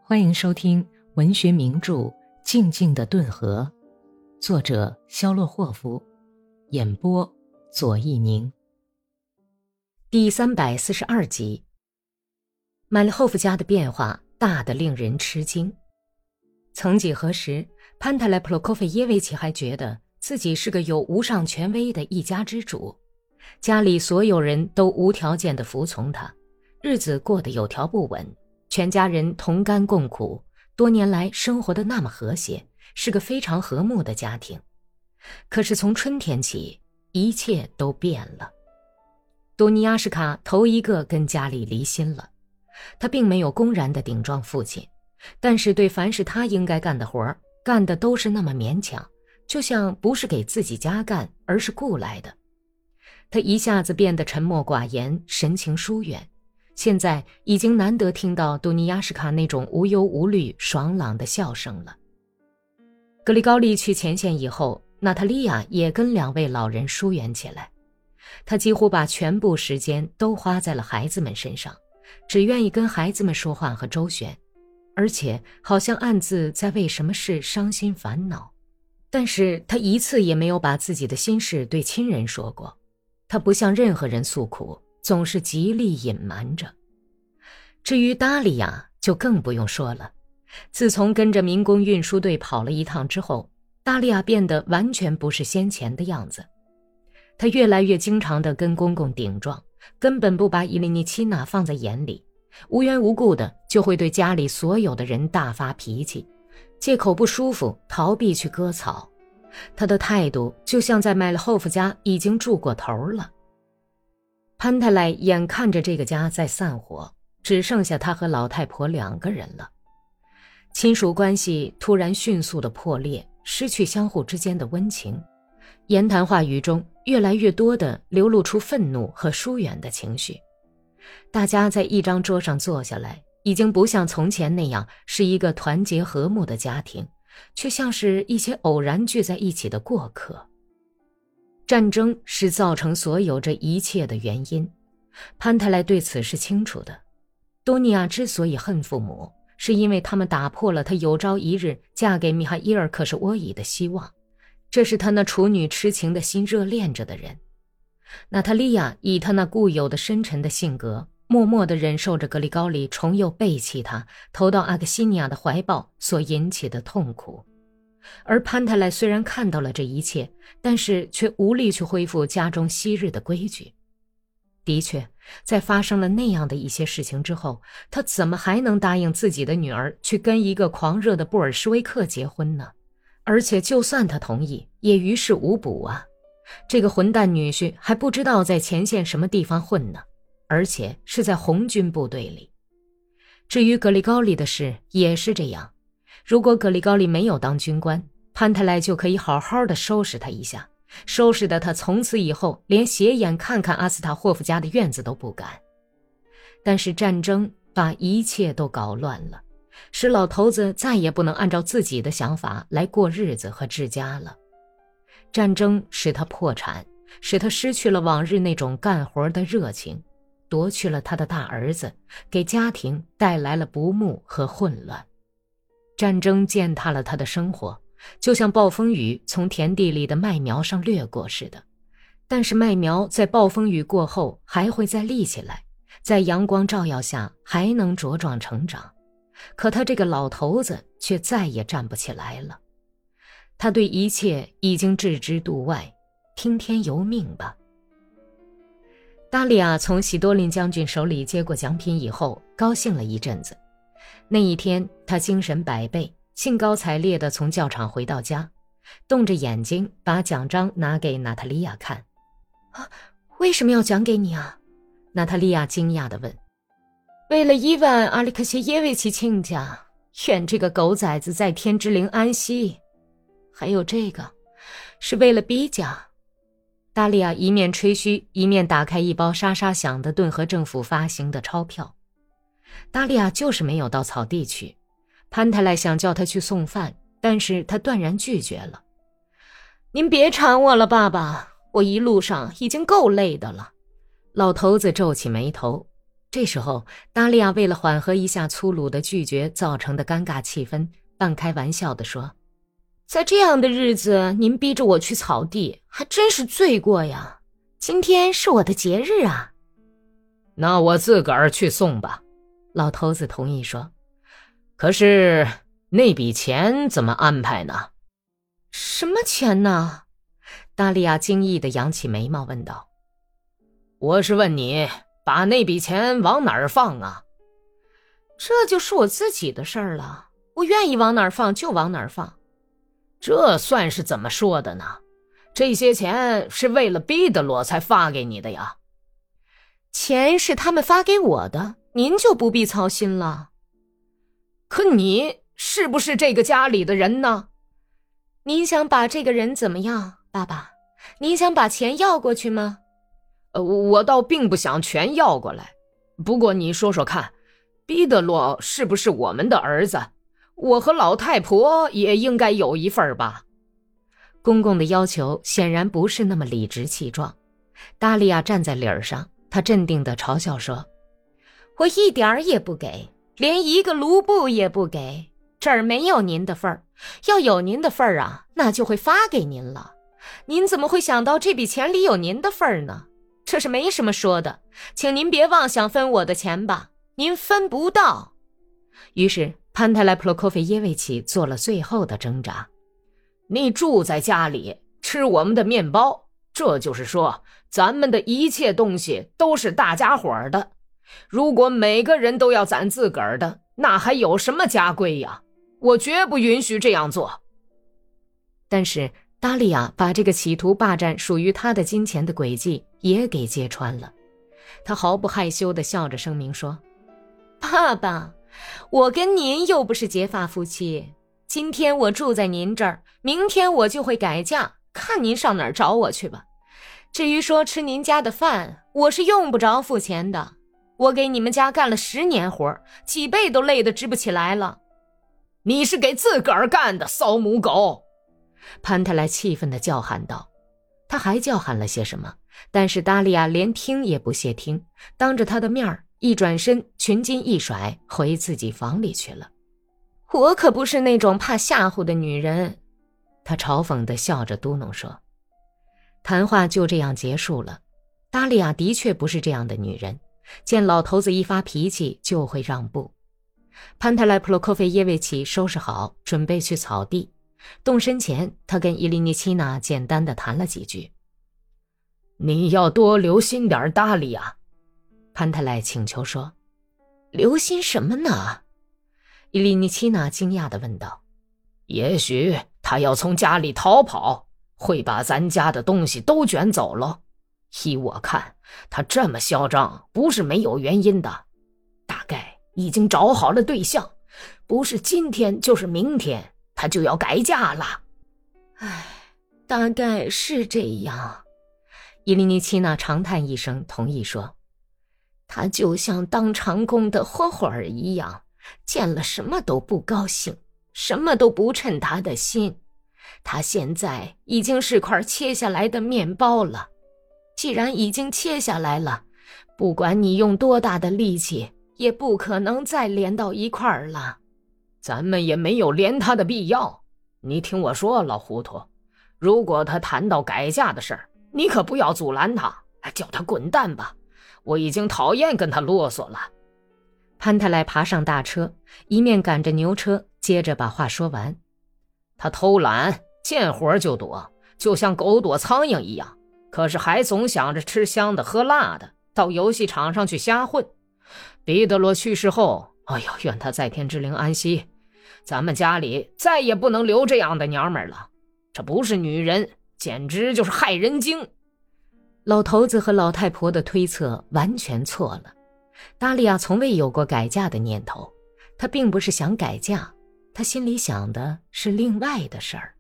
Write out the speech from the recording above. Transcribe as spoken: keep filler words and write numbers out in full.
欢迎收听文学名著《静静的顿河》，作者肖洛霍夫，演播左一宁。第三百四十二集。马利霍夫家的变化大得令人吃惊。曾几何时，潘特莱普洛科菲耶维奇还觉得自己是个有无上权威的一家之主，家里所有人都无条件地服从他，日子过得有条不紊，全家人同甘共苦，多年来生活得那么和谐，是个非常和睦的家庭。可是从春天起，一切都变了。多尼亚什卡头一个跟家里离心了，他并没有公然地顶撞父亲，但是对凡是他应该干的活儿，干的都是那么勉强，就像不是给自己家干，而是雇来的。他一下子变得沉默寡言，神情疏远，现在已经难得听到多尼亚什卡那种无忧无虑爽朗的笑声了。格里高利去前线以后，娜塔莉亚也跟两位老人疏远起来，她几乎把全部时间都花在了孩子们身上，只愿意跟孩子们说话和周旋，而且好像暗自在为什么事伤心烦恼。但是她一次也没有把自己的心事对亲人说过，她不向任何人诉苦，总是极力隐瞒着。至于达利亚就更不用说了，自从跟着民工运输队跑了一趟之后，达利亚变得完全不是先前的样子。她越来越经常地跟公公顶撞，根本不把伊琳妮奇娜放在眼里，无缘无故的就会对家里所有的人大发脾气，借口不舒服逃避去割草。她的态度就像在麦勒霍夫家已经住过头了。潘泰莱眼看着这个家在散伙，只剩下他和老太婆两个人了。亲属关系突然迅速的破裂，失去相互之间的温情，言谈话语中越来越多的流露出愤怒和疏远的情绪。大家在一张桌上坐下来，已经不像从前那样是一个团结和睦的家庭，却像是一些偶然聚在一起的过客。战争是造成所有这一切的原因，潘泰莱对此是清楚的。多尼亚之所以恨父母，是因为他们打破了他有朝一日嫁给米哈伊尔克什沃伊的希望，这是他那处女痴情的心热恋着的人。娜塔莉亚以他那固有的深沉的性格，默默地忍受着格里高利重又背弃他，投到阿克西尼亚的怀抱所引起的痛苦。而潘泰莱虽然看到了这一切，但是却无力去恢复家中昔日的规矩。的确，在发生了那样的一些事情之后，他怎么还能答应自己的女儿去跟一个狂热的布尔什维克结婚呢？而且就算他同意，也于事无补啊。这个混蛋女婿还不知道在前线什么地方混呢，而且是在红军部队里。至于格里高利的事也是这样，如果格里高利没有当军官，潘泰莱就可以好好的收拾他一下，收拾的他从此以后连斜眼看看阿斯塔霍夫家的院子都不敢。但是战争把一切都搞乱了，使老头子再也不能按照自己的想法来过日子和治家了。战争使他破产，使他失去了往日那种干活的热情，夺去了他的大儿子，给家庭带来了不睦和混乱。战争践踏了他的生活，就像暴风雨从田地里的麦苗上掠过似的。但是麦苗在暴风雨过后还会再立起来，在阳光照耀下还能茁壮成长。可他这个老头子却再也站不起来了。他对一切已经置之度外，听天由命吧。达利亚从喜多林将军手里接过奖品以后，高兴了一阵子。那一天他精神百倍，兴高采烈地从教场回到家，瞪着眼睛把奖章拿给娜塔莉亚看。啊，为什么要奖给你啊？娜塔莉亚惊讶地问。为了伊万·阿里克谢耶维奇亲家，愿这个狗崽子在天之灵安息。还有这个，是为了比甲。达利亚一面吹嘘，一面打开一包沙沙响的顿河政府发行的钞票。达利亚就是没有到草地去，潘泰莱想叫他去送饭，但是他断然拒绝了。您别缠我了，爸爸，我一路上已经够累的了。老头子皱起眉头。 这时候，达利亚为了缓和一下粗鲁的拒绝造成的尴尬气氛，半开玩笑地说：“在这样的日子，您逼着我去草地，还真是罪过呀。今天是我的节日啊。”“ 那我自个儿去送吧。” 老头子同意说。 “可是那笔钱怎么安排呢？”“ 什么钱呢？”达利亚惊异地扬起眉毛问道。 “我是问你，把那笔钱往哪儿放啊？”“ 这就是我自己的事儿了，我愿意往哪儿放就往哪儿放。”“ 这算是怎么说的呢？这些钱是为了彼得罗才发给你的呀。”“ 钱是他们发给我的，您就不必操心了。”“ 可你是不是这个家里的人呢？”“ 您想把这个人怎么样，爸爸？您想把钱要过去吗？”“ 呃，我倒并不想全要过来。不过你说说看，彼得罗是不是我们的儿子？我和老太婆也应该有一份吧？” 公公的要求显然不是那么理直气壮。达利亚站在理儿上，他镇定地嘲笑说：“我一点儿也不给，连一个卢布也不给，这儿没有您的份儿。要有您的份儿啊，那就会发给您了。您怎么会想到这笔钱里有您的份儿呢？这是没什么说的，请您别妄想分我的钱吧，您分不到。”于是潘特莱普洛科菲耶维奇做了最后的挣扎。 “你住在家里，吃我们的面包，这就是说咱们的一切东西都是大家伙儿的。如果每个人都要攒自个儿的，那还有什么家规呀？我绝不允许这样做。” 但是达利亚把这个企图霸占属于他的金钱的诡计也给揭穿了。他毫不害羞地笑着声明说：“爸爸，我跟您又不是结发夫妻，今天我住在您这儿，明天我就会改嫁，看您上哪儿找我去吧。至于说吃您家的饭，我是用不着付钱的。我给你们家干了十年活，脊背都累得直不起来了。”“ 你是给自个儿干的，骚母狗！” 潘特莱气愤地叫喊道。他还叫喊了些什么，但是达利亚连听也不屑听，当着他的面儿一转身，裙襟一甩，回自己房里去了。“我可不是那种怕吓唬的女人。”他嘲讽地笑着嘟哝说。谈话就这样结束了。达利亚的确不是这样的女人，见老头子一发脾气就会让步。潘特莱普洛科菲耶维奇收拾好，准备去草地。动身前，他跟伊利尼奇娜简单地谈了几句。 “你要多留心点达利亚。” 潘特莱请求说。“留心什么呢？”伊利尼奇娜惊讶地问道。 “也许他要从家里逃跑，会把咱家的东西都卷走了。依我看，他这么嚣张不是没有原因的，大概已经找好了对象，不是今天就是明天他就要改嫁了。”“ 唉，大概是这样。”伊利尼奇娜长叹一声，同意说：“他就像当长工的霍霍尔一样，见了什么都不高兴，什么都不称他的心。他现在已经是块切下来的面包了。既然已经切下来了，不管你用多大的力气，也不可能再连到一块儿了。 咱们也没有连他的必要。你听我说，老糊涂，如果他谈到改嫁的事儿，你可不要阻拦他，叫他滚蛋吧。我已经讨厌跟他啰嗦了。” 潘特莱爬上大车，一面赶着牛车，接着把话说完。 “他偷懒，见活就躲，就像狗躲苍蝇一样，可是还总想着吃香的喝辣的，到游戏场上去瞎混。彼得罗去世后，哎呦，愿他在天之灵安息。咱们家里再也不能留这样的娘们了，这不是女人，简直就是害人精。” 老头子和老太婆的推测完全错了。达利亚从未有过改嫁的念头，她并不是想改嫁，她心里想的是另外的事儿。